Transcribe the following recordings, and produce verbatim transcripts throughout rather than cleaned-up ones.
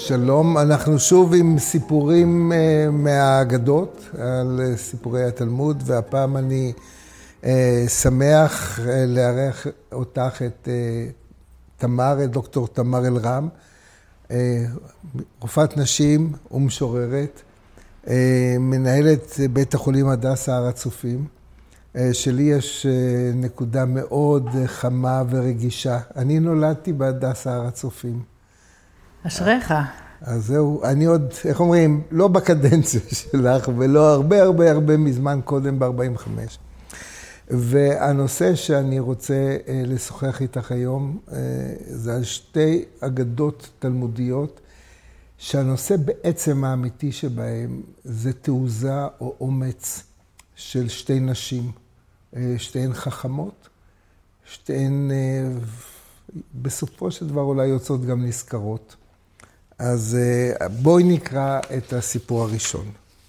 שלום, אנחנו שוב עם סיפורים מהאגדות על סיפורי התלמוד, והפעם אני שמח לארח אותך את תמר, את דוקטור תמר אלרם, רופאת נשים ומשוררת, מנהלת בית החולים הדסה הר הצופים. שלי יש נקודה מאוד חמה ורגישה. אני נולדתי בהדסה הר הצופים. אשריך. אז זהו, אני עוד, איך אומרים, לא בקדנציה שלך, ולא הרבה הרבה הרבה מזמן קודם ב-ארבעים וחמש. והנושא שאני רוצה לשוחח איתך היום, זה על שתי אגדות תלמודיות, שהנושא בעצם האמיתי שבהם זה תעוזה או אומץ של שתי נשים, שתיהן חכמות, שתיהן בסופו של דבר אולי יוצאות גם נזכרות. אז בואי נקרא את הסיפור הראשון.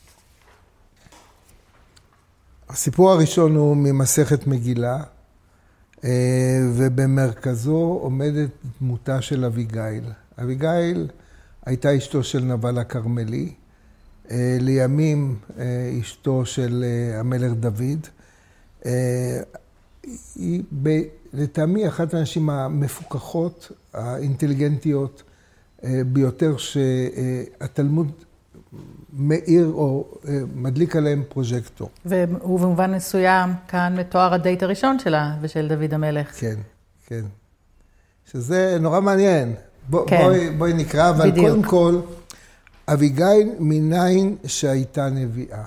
הסיפור הראשון הוא ממסכת מגילה, ובמרכזו עומדת דמותה של אביגיל. אביגיל הייתה אשתו של נבל הכרמלי, לימים אשתו של המלך דוד. היא לטעמי אחת האנשים המפוקחות, האינטליגנטיות ביותר שהתלמוד מאיר או מדליק עליהם פרוז'קטור. ובמובן מסוים כאן מתואר הדייט הראשון שלה ושל דוד המלך. כן, כן. שזה נורא מעניין. בוא, כן. בואי, בואי נקרא, אבל בדיוק. קודם כל, אביגיל מניין שהייתה נביאה.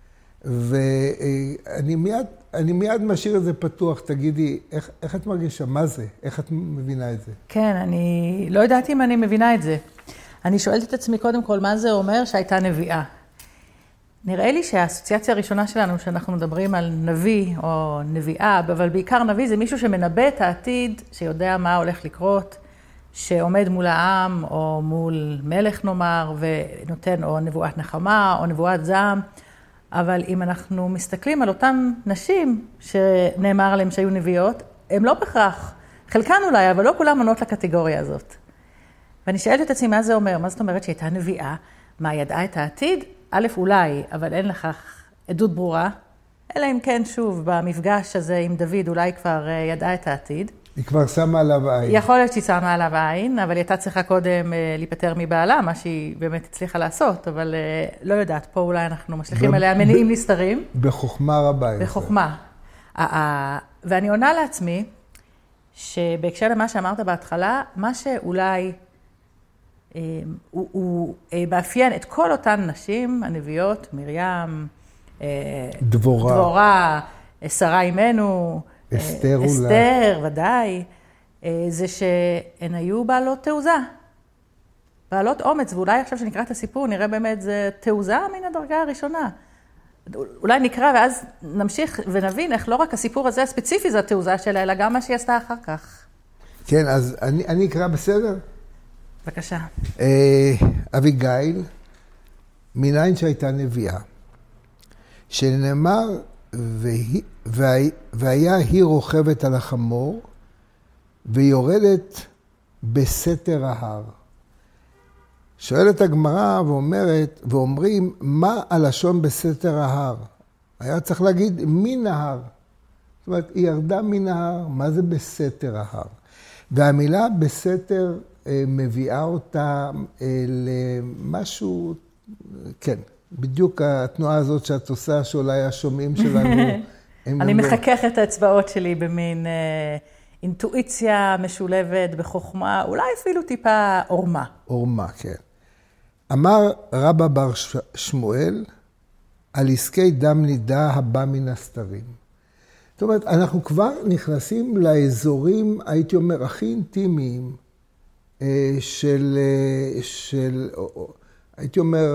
ואני מיד, אני מיד משאיר את זה פתוח, תגידי, איך, איך את מרגישה? מה זה? איך את מבינה את זה? כן, אני לא יודעת אם אני מבינה את זה. אני שואלת את עצמי קודם כל, מה זה אומר שהייתה נביאה? נראה לי שהאסוציאציה הראשונה שלנו, שאנחנו מדברים על נביא או נביאה, אבל בעיקר נביא זה מישהו שמנבא את העתיד, שיודע מה הולך לקרות, שעומד מול העם או מול מלך נאמר, ונותן או נבואת נחמה או נבואת זעם. אבל אם אנחנו מסתכלים על אותן נשים שנאמר עליהן שהיו נביאות, הן לא בכך, חלקן אולי, אבל לא כולן עונות לקטגוריה הזאת. ואני שואלת את עצמי מה זה אומר, מה זאת אומרת שהייתה נביאה, מה ידעה את העתיד? א' אולי, אבל אין לכך עדות ברורה, אלא אם כן שוב במפגש הזה עם דוד אולי כבר ידעה את העתיד. היא כבר שמה עליו עין. יכול להיות שהיא שמה עליו עין, אבל היא הייתה צריכה קודם להיפטר מבעלה, מה שהיא באמת הצליחה לעשות, אבל לא יודעת, פה אולי אנחנו משליכים עליה מניעים נסתרים. בחוכמה רבה. בחוכמה. ואני עונה לעצמי, שבהקשר למה שאמרת בהתחלה, מה שאולי הוא מאפיין את כל אותן נשים, הנביאות, מרים, דבורה, דבורה, שרה אימנו, אסתר אולי. אסתר, ודאי, זה שהן היו בעלות תעוזה, בעלות אומץ, ואולי עכשיו שנקרא את הסיפור, נראה באמת זה תעוזה מן הדרגה הראשונה. אולי נקרא ואז נמשיך ונבין איך לא רק הסיפור הזה הספציפי זה התעוזה שלה, אלא גם מה שהיא עשתה אחר כך. כן, אז אני, אני אקרא בסדר? בבקשה. אביגיל, מניין שהייתה נביאה, שנאמר, והיא, והיה, והיה היא רוכבת על החמור, ויורדת בסתר ההר. שואלת הגמרא ואומרת, ואומרים, מה הלשון בסתר ההר? היה צריך להגיד, מן ההר. זאת אומרת, היא ירדה מן ההר, מה זה בסתר ההר? והמילה בסתר אה, מביאה אותה אה, למשהו, כן, בדיוק התנועה הזאת שאת עושה, שאולי השומעים שלנו... אני מחכך את האצבעות שלי במין אה, אינטואיציה משולבת בחוכמה, אולי אפילו טיפה אורמה. אורמה, כן. אמר רבא בר שמואל, על עסקי דם נידה הבא מן הסתרים. זאת אומרת, אנחנו כבר נכנסים לאזורים, הייתי אומר, הכי אינטימיים של, של הייתי אומר,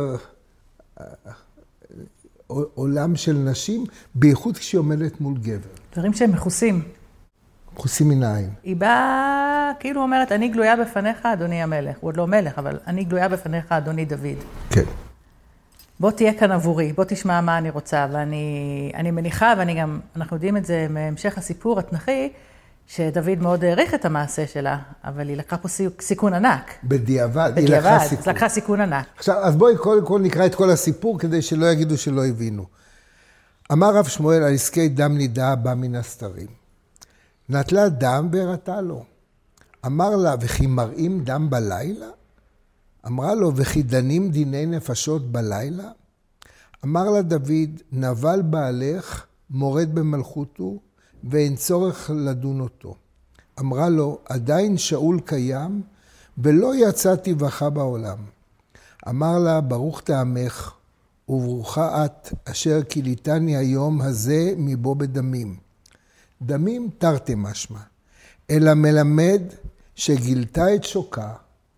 עולם של נשים, בייחוד כשהיא עומדת מול גבר. דברים שהם מכוסים. מכוסים מן העין. היא באה, כאילו אומרת, אני גלויה בפניך, אדוני המלך. הוא עוד לא מלך, אבל אני גלויה בפניך, אדוני דוד. כן. בוא תהיה כאן עבורי, בוא תשמע מה אני רוצה. ואני אני מניחה, ואני גם, אנחנו יודעים את זה מהמשך הסיפור התנכי, שדוד מאוד העריך את המעשה שלה, אבל היא לקחה פה סיכון ענק. בדיעבד, היא בדיעבד, לקחה סיכון. היא לקחה סיכון ענק. עכשיו, אז בואי קודם כל נקרא את כל הסיפור, כדי שלא יגידו שלא הבינו. אמר רב שמואל על עסקי דם נידה בא מן הסתרים. נטלה דם והראתה לו. אמר לה, וכי מראים דם בלילה? אמרה לו, וכי דנים דיני נפשות בלילה? אמר לה דוד, נבל בעלך, מורד במלכותו, ואין צורך לדון אותו. אמרה לו, עדיין שאול קיים, ולא יצא טבחה בעולם. אמר לה, ברוך תעמך, וברוכה את, אשר כיליתני היום הזה מבוא בדמים. דמים תרתי משמע, אלא מלמד שגילתה את שוקה,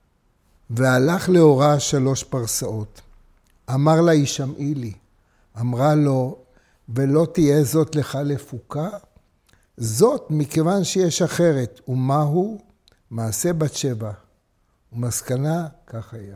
והלך לאורה שלוש פרסאות. אמר לה, ישמעי לי. אמרה לו, ולא תהיה זאת לך לפוקה? זאת מכיוון שיש אחרת. ומהו? מעשה בת שבע. ומסקנה, כך היה.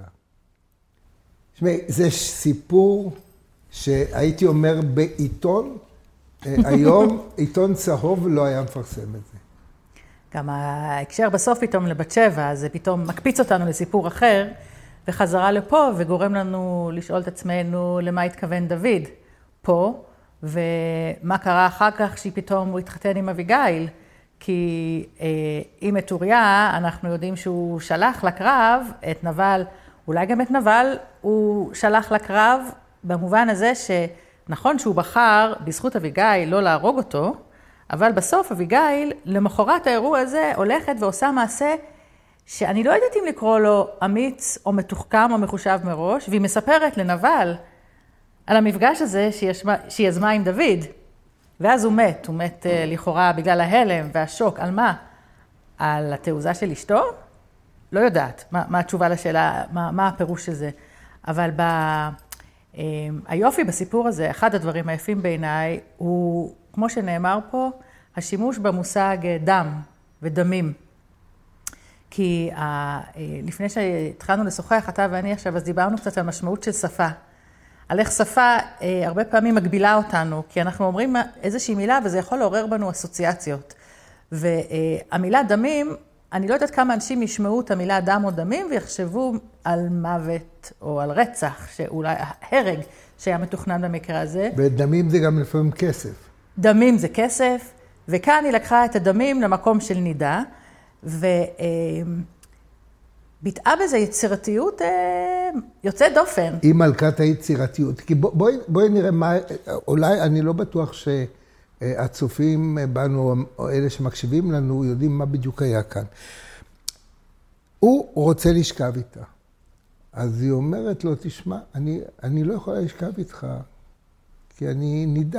שמי, זה סיפור שהייתי אומר בעיתון, היום עיתון צהוב לא היה מפרסם את זה. גם ההקשר בסוף פתאום לבת שבע, זה פתאום מקפיץ אותנו לסיפור אחר, וחזרה לפה וגורם לנו לשאול את עצמנו למה התכוון דוד פה, ומה קרה אחר כך שהיא פתאום הוא התחתן עם אביגיל, כי אה, עם את אוריה אנחנו יודעים שהוא שלח לקרב את נבל, אולי גם את נבל הוא שלח לקרב במובן הזה שנכון שהוא בחר בזכות אביגיל לא להרוג אותו, אבל בסוף אביגיל למחרת האירוע הזה הולכת ועושה מעשה שאני לא יודעת אם לקרוא לו אמיץ או מתוחכם או מחושב מראש, והיא מספרת לנבל על המפגש הזה שהיא יזמה עם דוד. ואז הוא מת, הוא מת לכאורה בגלל ההלם והשוק. על מה? על התעוזה של אשתו? לא יודעת מה, מה התשובה לשאלה, מה, מה הפירוש של זה. אבל ב, היופי בסיפור הזה, אחד הדברים היפים בעיניי, הוא, כמו שנאמר פה, השימוש במושג דם ודמים. כי לפני שהתחלנו לשוחח, אתה ואני עכשיו, אז דיברנו קצת על משמעות של שפה. על איך שפה הרבה פעמים מגבילה אותנו, כי אנחנו אומרים איזושהי מילה וזה יכול לעורר בנו אסוציאציות. והמילה דמים, אני לא יודעת כמה אנשים ישמעו את המילה דם או דמים ויחשבו על מוות או על רצח, שאולי הרג שהיה מתוכנן במקרה הזה. ודמים זה גם לפעמים כסף. דמים זה כסף, וכאן היא לקחה את הדמים למקום של נידה, וביטאה בזה יצירתיות יוצאת דופן. היא מלכת היצירתיות. כי בואי, בואי נראה מה, אולי אני לא בטוח שהצופים בנו, או אלה שמקשיבים לנו, יודעים מה בדיוק היה כאן. הוא רוצה לשכב איתה. אז היא אומרת לו, תשמע, אני, אני לא יכולה לשכב איתך, כי אני נידה.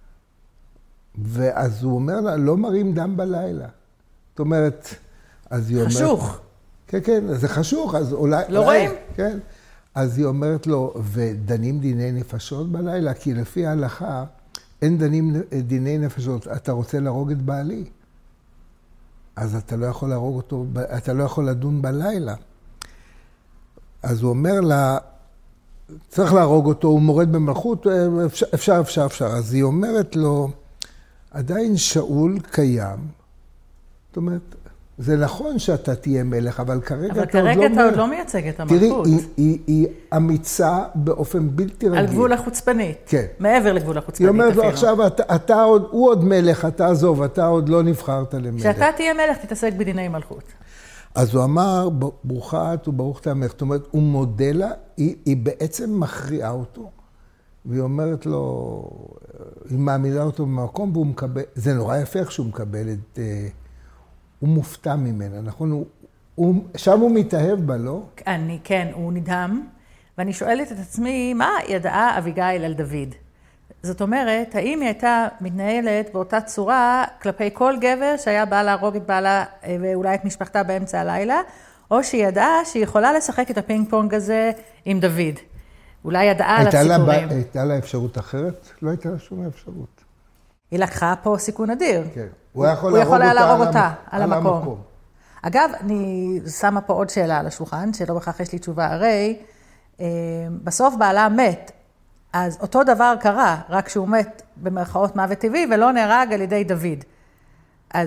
ואז הוא אומר לה, לא מרים דם בלילה. זאת אומרת, אז היא אומרת... חשוך. כן, כן, זה חשוך, אז אולי... לא רואים? כן. אז היא אומרת לו, ודנים דיני נפשות בלילה, כי לפי ההלכה, אין דנים דיני נפשות, אתה רוצה להרוג את בעלי. אז אתה לא יכול להרוג אותו, אתה לא יכול לדון בלילה. אז הוא אומר לה, צריך להרוג אותו, הוא מורד במלכות, אפשר, אפשר, אפשר, אפשר. אז היא אומרת לו, עדיין שאול קיים, זאת אומרת, זה נכון שאתה תהיה מלך, אבל כרגע אבל אתה כרגע עוד לא... אבל כרגע אתה עוד לא מייצג את המלכות. תראי, היא, היא, היא אמיצה באופן בלתי רגיל. על גבול החוצפנית. כן. מעבר לגבול החוצפנית. היא אומרת לו, עכשיו אתה, אתה עוד, הוא עוד מלך, אתה עזוב, אתה עוד לא נבחרת למלך. שאתה תהיה מלך, תתעסק בדיני מלכות. אז הוא אמר, ברוכה את וברוך תעמך. זאת אומרת, הוא מודה לה, היא, היא בעצם מכריעה אותו. והיא אומרת לו, היא מעמידה אותו במקום, והוא מקבל, זה נורא יפה איך שהוא מקבל את, הוא מופתע ממנה, נכון? הוא, הוא, שם הוא מתאהב בה, לא? אני, כן, הוא נדהם, ואני שואלת את עצמי, מה ידעה אביגיל על דוד? זאת אומרת, האם היא הייתה מתנהלת באותה צורה כלפי כל גבר שהיה בא להרוג את בעלה ואולי את משפחתה באמצע הלילה, או שהיא ידעה שהיא יכולה לשחק את הפינג פונג הזה עם דוד? אולי ידעה על הסיפורים. לה, הייתה לה אפשרות אחרת? לא הייתה לה שום אפשרות. היא לקחה פה סיכון אדיר. כן. הוא יכול, הוא יכול אותה להרוג על אותה על על המקום. המקום. אגב, אני שמה פה עוד שאלה על השולחן, שלא בכך יש לי תשובה. הרי בסוף בעלה מת, אז אותו דבר קרה, רק שהוא מת במרכאות מוות טבעי, ולא נהרג על ידי דוד. אז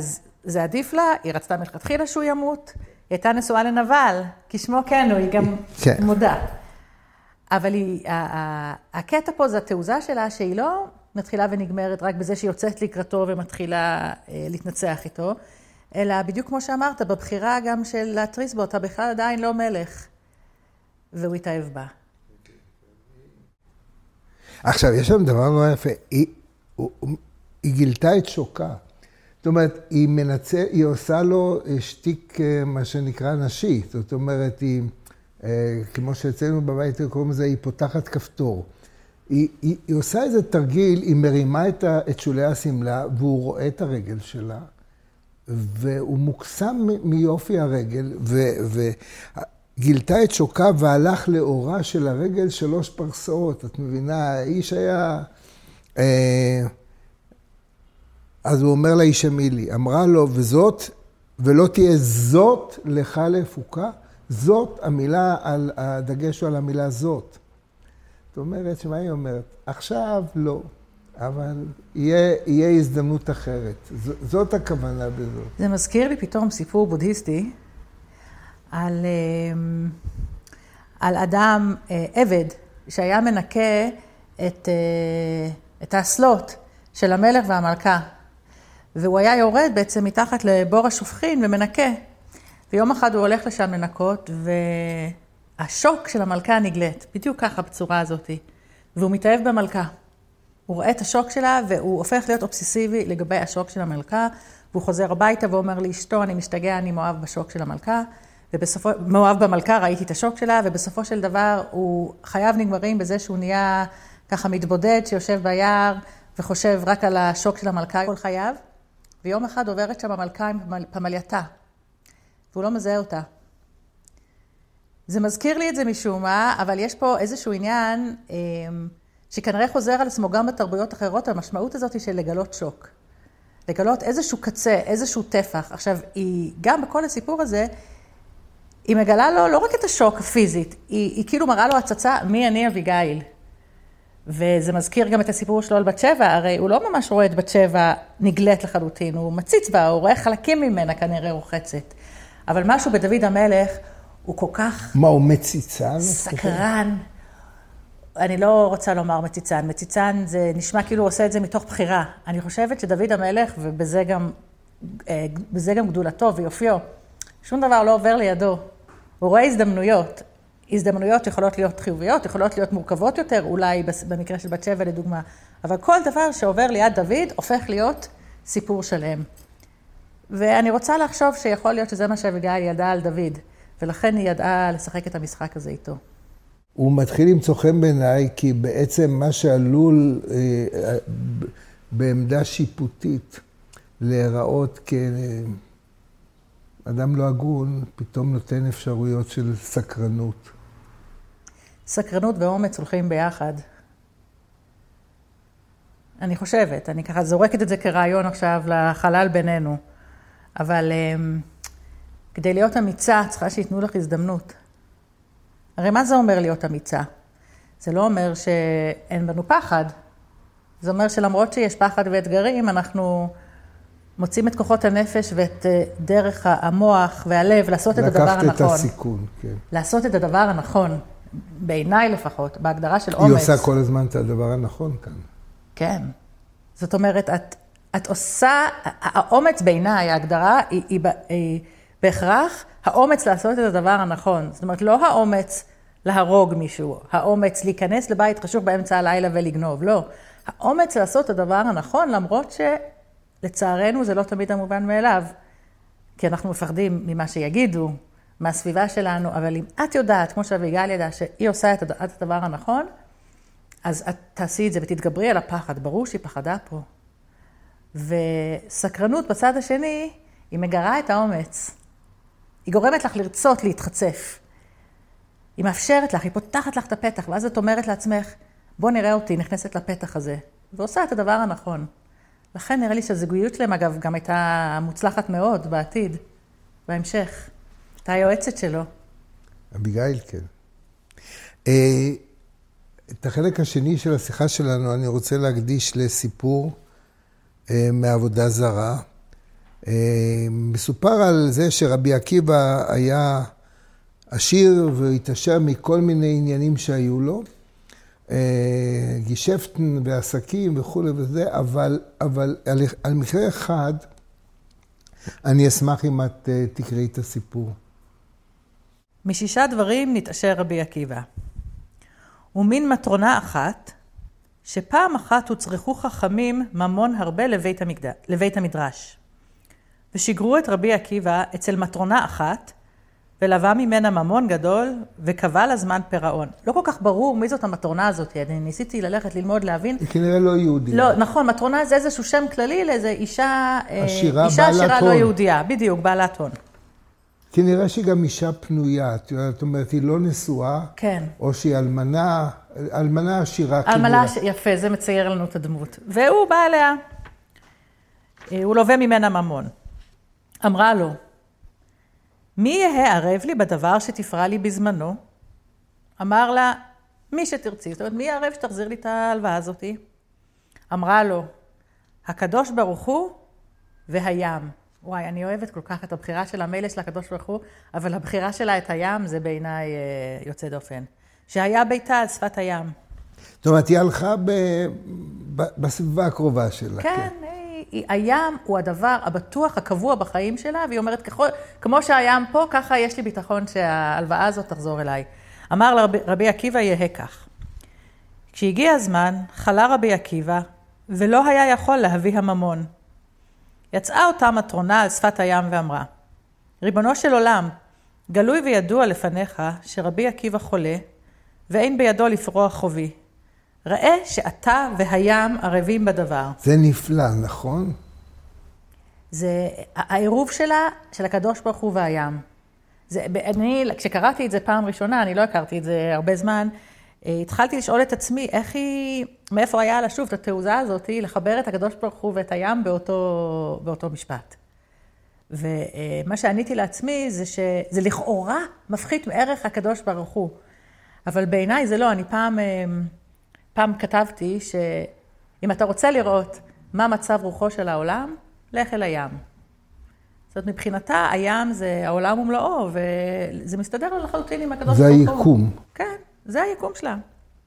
זה עדיף לה, היא רצתה מלכתחילה שהוא ימות, היא הייתה נשואה לנבל, כשמו כן הוא, היא גם כן. מודה. אבל היא, הקטע פה זה התעוזה שלה, שהיא לא מתחילה ונגמרת רק בזה שהיא יוצאת לקראתו ומתחילה להתנצח איתו, אלא בדיוק כמו שאמרת, בבחירה גם של להתריס בו, אתה בכלל עדיין לא מלך, והוא התאהב בה. עכשיו, יש שם דבר נורא יפה, היא, היא גילתה את שוקה. זאת אומרת, היא מנצל, היא עושה לו שטיק, מה שנקרא, נשי. זאת אומרת, היא, כמו שאצלנו בבית קוראים לזה, היא פותחת כפתור. היא, היא, היא עושה איזה תרגיל, היא מרימה את, ה, את שולי הסמלה, והוא רואה את הרגל שלה, והוא מוקסם מיופי הרגל, ו, וגילתה את שוקה והלך לאורה של הרגל שלוש פרסאות. את מבינה, האיש היה... אה, אז הוא אומר לה, איש אמילי, אמרה לו, וזאת, ולא תהיה זאת לך לפוקה, זאת המילה, על, הדגש הוא על המילה זאת. זאת אומרת, שמה היא אומרת? עכשיו לא, אבל יהיה, יהיה הזדמנות אחרת. ז, זאת הכוונה בזאת. זה מזכיר לי פתאום סיפור בודהיסטי, על, על אדם, עבד, שהיה מנקה את, את האסלות של המלך והמלכה. והוא היה יורד בעצם מתחת לבור השופכין ומנקה. ויום אחד הוא הולך לשם לנקות, והשוק של המלכה נגלית, בדיוק ככה בצורה הזאת. והוא מתאהב במלכה. הוא רואה את השוק שלה, והוא הופך להיות אובססיבי לגבי השוק של המלכה, והוא חוזר הביתה ואומר לאשתו, אני משתגע, אני מאוהב בשוק של המלכה, ובסופו, מאוהב במלכה, ראיתי את השוק שלה, ובסופו של דבר הוא חייו נגמרים בזה שהוא נהיה ככה מתבודד, שיושב ביער, וחושב רק על השוק של המלכה כל חייו. ויום אחד עוברת שם המלכה עם פמלייתה, והוא לא מזהה אותה. זה מזכיר לי את זה משום מה, אבל יש פה איזשהו עניין שכנראה חוזר על עצמו גם בתרבויות אחרות, המשמעות הזאת היא של לגלות שוק. לגלות איזשהו קצה, איזשהו טפח. עכשיו, היא גם בכל הסיפור הזה, היא מגלה לו לא רק את השוק הפיזית, היא, היא כאילו מראה לו הצצה, מי אני אביגיל. וזה מזכיר גם את הסיפור שלו על בת שבע, הרי הוא לא ממש רואה את בת שבע נגלית לחלוטין, הוא מציץ בה, הוא רואה חלקים ממנה כנראה רוחצת. אבל משהו בדוד המלך הוא כל כך... מה, הוא מציצן? סקרן. אני לא רוצה לומר מציצן. מציצן זה נשמע כאילו הוא עושה את זה מתוך בחירה. אני חושבת שדוד המלך, ובזה גם, בזה גם גדולתו ויופיו, שום דבר לא עובר לידו. הוא רואה הזדמנויות. הזדמנויות יכולות להיות חיוביות, יכולות להיות מורכבות יותר, אולי במקרה של בת שבע לדוגמה. אבל כל דבר שעובר ליד דוד הופך להיות סיפור שלם. ואני רוצה לחשוב שיכול להיות שזה מה שאביגיל ידעה על דוד, ולכן היא ידעה לשחק את המשחק הזה איתו. הוא מתחיל למצוא חן בעיניי, כי בעצם מה שעלול אה, בעמדה שיפוטית להיראות כאדם לא הגון, פתאום נותן אפשרויות של סקרנות. סקרנות ואומץ הולכים ביחד. אני חושבת, אני ככה זורקת את זה כרעיון עכשיו לחלל בינינו, אבל um, כדי להיות אמיצה צריכה שיתנו לך הזדמנות. הרי מה זה אומר להיות אמיצה? זה לא אומר שאין בנו פחד. זה אומר שלמרות שיש פחד ואתגרים, אנחנו מוצאים את כוחות הנפש ואת דרך המוח והלב לעשות את הדבר הנכון. לקחת את הסיכון, כן. לעשות את הדבר הנכון, בעיניי לפחות, בהגדרה של אומץ. היא עושה כל הזמן את הדבר הנכון כאן. כן. זאת אומרת, את, את עושה, האומץ בעיניי, ההגדרה היא, היא, היא בהכרח האומץ לעשות את הדבר הנכון. זאת אומרת, לא האומץ להרוג מישהו, האומץ להיכנס לבית חשוך באמצע הלילה ולגנוב, לא. האומץ לעשות את הדבר הנכון, למרות שלצערנו זה לא תמיד המובן מאליו, כי אנחנו מפחדים ממה שיגידו, מהסביבה שלנו, אבל אם את יודעת, כמו שאביגיל ידעה, שהיא עושה את הדבר הנכון, אז את תעשי את זה ותתגברי על הפחד. ברור שהיא פחדה פה. וסקרנות בצד השני, היא מגרה את האומץ. היא גורמת לך לרצות להתחצף. היא מאפשרת לך, היא פותחת לך את הפתח, ואז את אומרת לעצמך, בוא נראה אותי, נכנסת לפתח הזה. ועושה את הדבר הנכון. לכן נראה לי שהזוגיות שלהם, אגב, גם הייתה מוצלחת מאוד בעתיד, בהמשך. הייתה היועצת שלו. אביגיל, כן. את החלק השני של השיחה שלנו אני רוצה להקדיש לסיפור מעבודה זרה, מסופר על זה שרבי עקיבא היה עשיר והתעשר מכל מיני עניינים שהיו לו, גישפטן ועסקים וכו' וזה, אבל, אבל על, על מקרה אחד אני אשמח אם את תקראי את הסיפור. משישה דברים נתעשר רבי עקיבא. ומין מטרונה אחת, שפעם אחת הוצרכו חכמים ממון הרבה לבית, המקד... לבית המדרש. ושיגרו את רבי עקיבא אצל מטרונה אחת, ולווה ממנה ממון גדול, וקבע לה זמן פירעון. לא כל כך ברור מי זאת המטרונה הזאת. אני ניסיתי ללכת ללמוד להבין. היא כנראה לא יהודיה. לא, נכון, מטרונה זה איזשהו שם כללי לאיזה אישה... עשירה, אישה בעלת עשירה הון. לא יהודיה, בדיוק, בעלת הון. כנראה שהיא גם אישה פנויה, זאת אומרת, היא לא נשואה, כן. או שהיא אלמנה, אלמנה עשירה. אלמנה, יפה, זה מצייר לנו את הדמות. והוא בא אליה, הוא לווה ממנה ממון. אמרה לו, מי יהיה ערב לי בדבר שתפרע לי בזמנו? אמר לה, מי שתרצי. זאת אומרת, מי יהיה ערב שתחזיר לי את ההלוואה הזאת? אמרה לו, הקדוש ברוך הוא והים. וואי, אני אוהבת כל כך את הבחירה שלה, מילא של הקדוש ברוך הוא, אבל הבחירה שלה את הים זה בעיניי יוצא דופן. שהיה ביתה על שפת הים. זאת אומרת, היא הלכה ב... ב... בסביבה הקרובה שלה. כן, כן. היא, הים הוא הדבר הבטוח, הקבוע בחיים שלה, והיא אומרת, ככל, כמו שהים פה, ככה יש לי ביטחון שההלוואה הזאת תחזור אליי. אמר לרבי, רבי עקיבא יהיה כך. כשהגיע הזמן, חלה רבי עקיבא, ולא היה יכול להביא הממון. יצאה אותה מטרונה על שפת הים ואמרה, ריבונו של עולם, גלוי וידוע לפניך שרבי עקיבא חולה, ואין בידו לפרוע חובי. ראה שאתה והים ערבים בדבר. זה נפלא, נכון? זה העירוב שלה, של הקדוש ברוך הוא והים. זה, אני, כשקראתי את זה פעם ראשונה, אני לא הכרתי את זה הרבה זמן, התחלתי לשאול את עצמי, איך היא, מאיפה היה לה שוב את התעוזה הזאת, לחבר את הקדוש ברוך הוא ואת הים באותו, באותו משפט. ומה שעניתי לעצמי זה שזה לכאורה מפחית מערך הקדוש ברוך הוא. אבל בעיניי זה לא, אני פעם, פעם כתבתי שאם אתה רוצה לראות מה מצב רוחו של העולם, לך אל הים. זאת אומרת, מבחינתה הים זה העולם ומלואו, וזה מסתדר לחלוטין עם הקדוש ברוך הוא. זה היקום. כן. זה היקום שלה.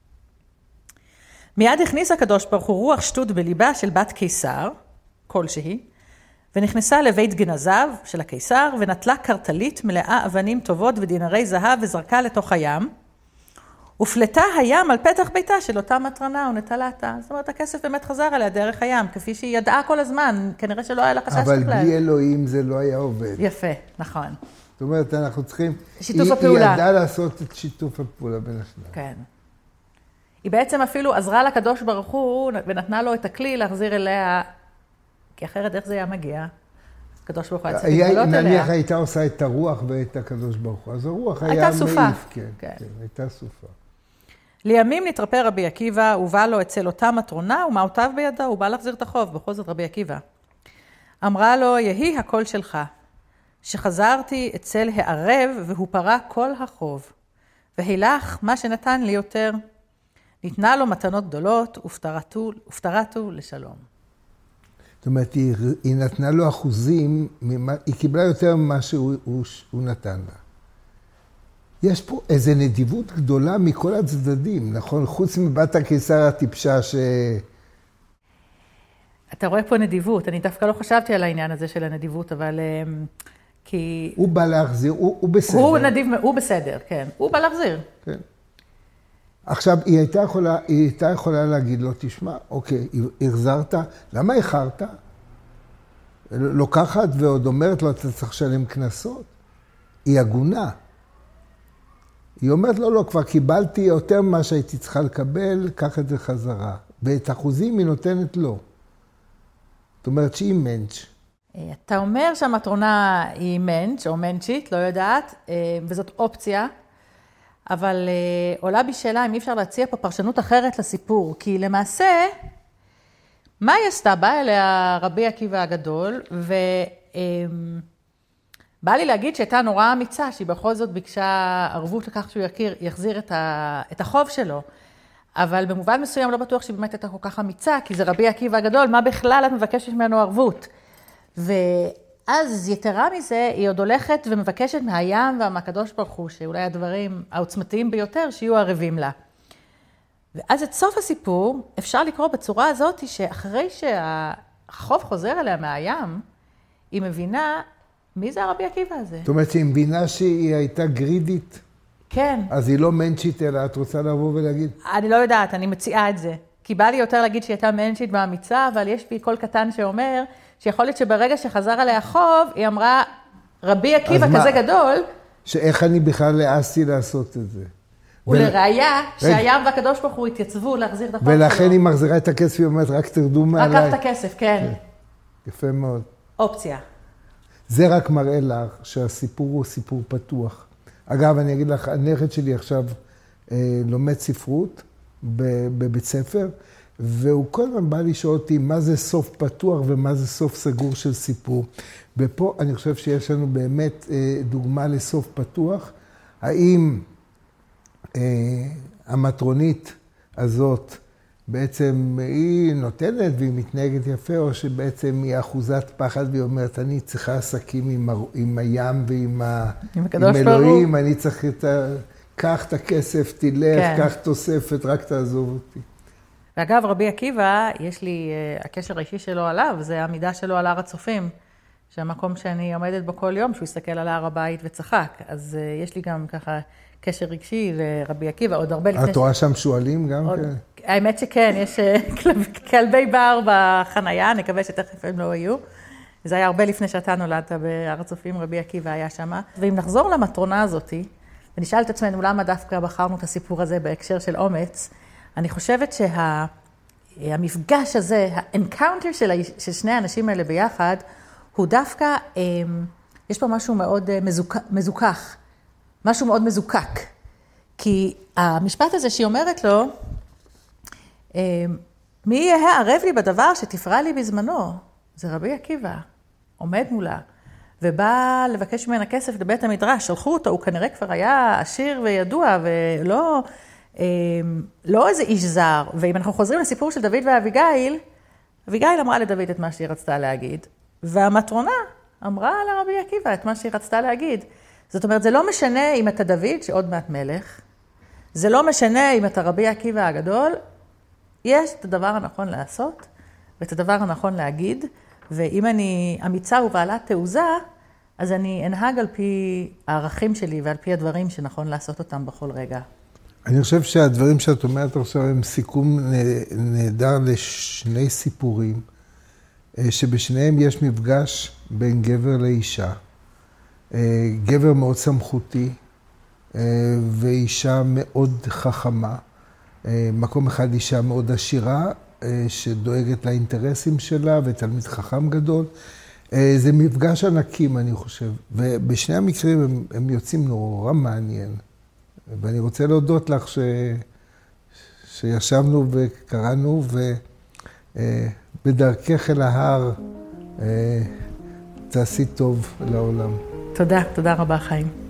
מיד הכניס הקדוש ברוך הוא רוח שטות בליבה של בת קיסר, כלשהי, ונכנסה לבית גנזיו של הקיסר, ונטלה קרטלית מלאה אבנים טובות ודינרי זהב, וזרקה לתוך הים, ופלטה הים על פתח ביתה של אותה מטרנה ונטלתה. זאת אומרת, הכסף באמת חזר עליה דרך הים, כפי שהיא ידעה כל הזמן, כנראה שלא היה לה חשש בכלל. אבל בלי אלוהים זה לא היה עובד. יפה, נכון. זאת אומרת, אנחנו צריכים... שיתוף הפעולה. היא ידעה לעשות את שיתוף הפעולה בין השניים. כן. היא בעצם אפילו עזרה לקדוש ברוך הוא, ונתנה לו את הכלי להחזיר אליה, כי אחרת איך זה היה מגיע? הקדוש ברוך הוא היה צריך להתגלות אליה. נניח הייתה עושה את הרוח ואת הקדוש ברוך הוא, אז הרוח היה מעיף. הייתה סופה. כן, כן, כן, הייתה סופה. לימים נתרפא רבי עקיבא, ובא לו אצל אותה מטרונה, ומעותיו בידה, הוא בא להחזיר את החוב, בכל זאת רבי עקיבא. אמרה לו, יהי הכל שלך. שחזרתי אצל הערב והוא פרה כל החוב. והילך מה שנתן לי יותר. ניתנה לו מתנות גדולות ופטרתו לשלום. זאת אומרת, היא, היא נתנה לו אחוזים, ממה, היא קיבלה יותר ממה שהוא הוא, הוא נתן לה. יש פה איזו נדיבות גדולה מכל הצדדים, נכון? חוץ מבת הקיסר הטיפשה ש... אתה רואה פה נדיבות, אני דווקא לא חשבתי על העניין הזה של הנדיבות, אבל... כי... הוא בא להחזיר, הוא, הוא בסדר. הוא נדיב, הוא בסדר, כן. הוא בא להחזיר. כן. עכשיו, היא הייתה יכולה, היא הייתה יכולה להגיד לו, תשמע, אוקיי, החזרת, למה איחרת? לוקחת ועוד אומרת לו, אתה צריך לשלם קנסות. היא הגונה. היא אומרת לו, לא, כבר קיבלתי יותר ממה שהייתי צריכה לקבל, קח את זה חזרה. ואת אחוזים היא נותנת לו. זאת אומרת שהיא מנץ'. אתה אומר שהמטרונה היא מנץ' או מנצ'ית, לא יודעת, וזאת אופציה, אבל עולה בי שאלה אם אי אפשר להציע פה פרשנות אחרת לסיפור, כי למעשה, מה היא עשתה? באה אליה רבי עקיבא הגדול, ובא לי להגיד שהייתה נורא אמיצה, שהיא בכל זאת ביקשה ערבות לכך שהוא יכיר, יחזיר את החוב שלו, אבל במובן מסוים לא בטוח שהיא באמת הייתה כל כך אמיצה, כי זה רבי עקיבא הגדול, מה בכלל את מבקשת ממנו ערבות? אז יתרה מזה, היא עוד הולכת ומבקשת מהים ומהקדוש ברוך הוא, שאולי הדברים העוצמתיים ביותר, שיהיו ערבים לה. ואז את סוף הסיפור אפשר לקרוא בצורה הזאת, שאחרי שהחוב חוזר אליה מהים, היא מבינה מי זה הרבי עקיבא הזה. זאת אומרת שהיא מבינה שהיא הייתה גרידית? כן. אז היא לא מנצ'ית, אלא את רוצה לבוא ולהגיד? אני לא יודעת, אני מציעה את זה. כי בא לי יותר להגיד שהיא הייתה מנצ'ית באמיצה, אבל יש בי קול קטן שאומר, שיכול להיות שברגע שחזר עליה חוב, היא אמרה, רבי עקיבא כזה גדול. שאיך אני בכלל העזתי לעשות את זה? ולראיה שהים והקדוש ברוך הוא התייצבו להחזיר את החוב שלו. ולכן היא מחזירה את הכסף, היא אומרת, רק תרדו מעליי. רק קח את הכסף, כן. יפה מאוד. אופציה. זה רק מראה לך שהסיפור הוא סיפור פתוח. אגב, אני אגיד לך, הנכד שלי עכשיו אה, לומד ספרות בבית ספר, והוא כל הזמן בא לשאול אותי מה זה סוף פתוח ומה זה סוף סגור של סיפור. ופה אני חושב שיש לנו באמת אה, דוגמה לסוף פתוח. האם אה, המטרונית הזאת בעצם היא נותנת והיא מתנהגת יפה, או שבעצם היא אחוזת פחד והיא אומרת, אני צריכה עסקים עם, עם הים ועם ה... עם, עם אלוהים, אני צריך את ה... קח את הכסף, תלך, כן. קח תוספת, רק תעזוב אותי. ואגב, רבי עקיבא, יש לי, הקשר האישי שלו עליו, זה העמידה שלו על הר הצופים, שהמקום שאני עומדת בו כל יום, שהוא הסתכל על הר הבית וצחק. אז יש לי גם ככה קשר רגשי לרבי עקיבא, עוד הרבה לפני... את רואה שם שואלים גם עוד... כן? האמת שכן, יש כלבי בר בחנייה, נקווה שתכף הם לא יהיו. זה היה הרבה לפני שאתה נולדת בהר הצופים, רבי עקיבא היה שם. ואם נחזור למטרונה הזאת, ונשאל את עצמנו למה דווקא בחרנו את הסיפור הזה בהקשר של אומץ, אני חושבת שהמפגש הזה, האנקאונטר של, של שני האנשים האלה ביחד, הוא דווקא, יש פה משהו מאוד מזוכ, מזוכח, משהו מאוד מזוקק. כי המשפט הזה שהיא אומרת לו, מי יהיה ערב לי בדבר שתפרע לי בזמנו? זה רבי עקיבא, עומד מולה, ובא לבקש ממנה כסף לבית המדרש, שלחו אותו, הוא כנראה כבר היה עשיר וידוע, ולא לא איזה איש זר. ואם אנחנו חוזרים לסיפור של דוד ואביגיל, אביגיל אמרה לדוד את מה שהיא רצתה להגיד, והמטרונה אמרה לרבי עקיבא את מה שהיא רצתה להגיד. זאת אומרת, זה לא משנה אם אתה דוד, שעוד מעט מלך, זה לא משנה אם אתה רבי עקיבא הגדול, יש את הדבר הנכון לעשות, ואת הדבר הנכון להגיד, ואם אני אמיצה ובעלת תעוזה, אז אני אנהג על פי הערכים שלי ועל פי הדברים שנכון לעשות אותם בכל רגע. אני חושב שהדברים שאת אומרת עכשיו הם סיכום נהדר לשני סיפורים, שבשניהם יש מפגש בין גבר לאישה. גבר מאוד סמכותי ואישה מאוד חכמה. מקום אחד אישה מאוד עשירה, שדואגת לאינטרסים שלה ותלמיד חכם גדול. זה מפגש ענקים, אני חושב. ובשני המקרים הם, הם יוצאים נורא מעניין. ואני רוצה להודות לך ש... שישבנו וקראנו, ובדרכך אל ההר תעשי טוב לעולם. תודה, תודה רבה חיים.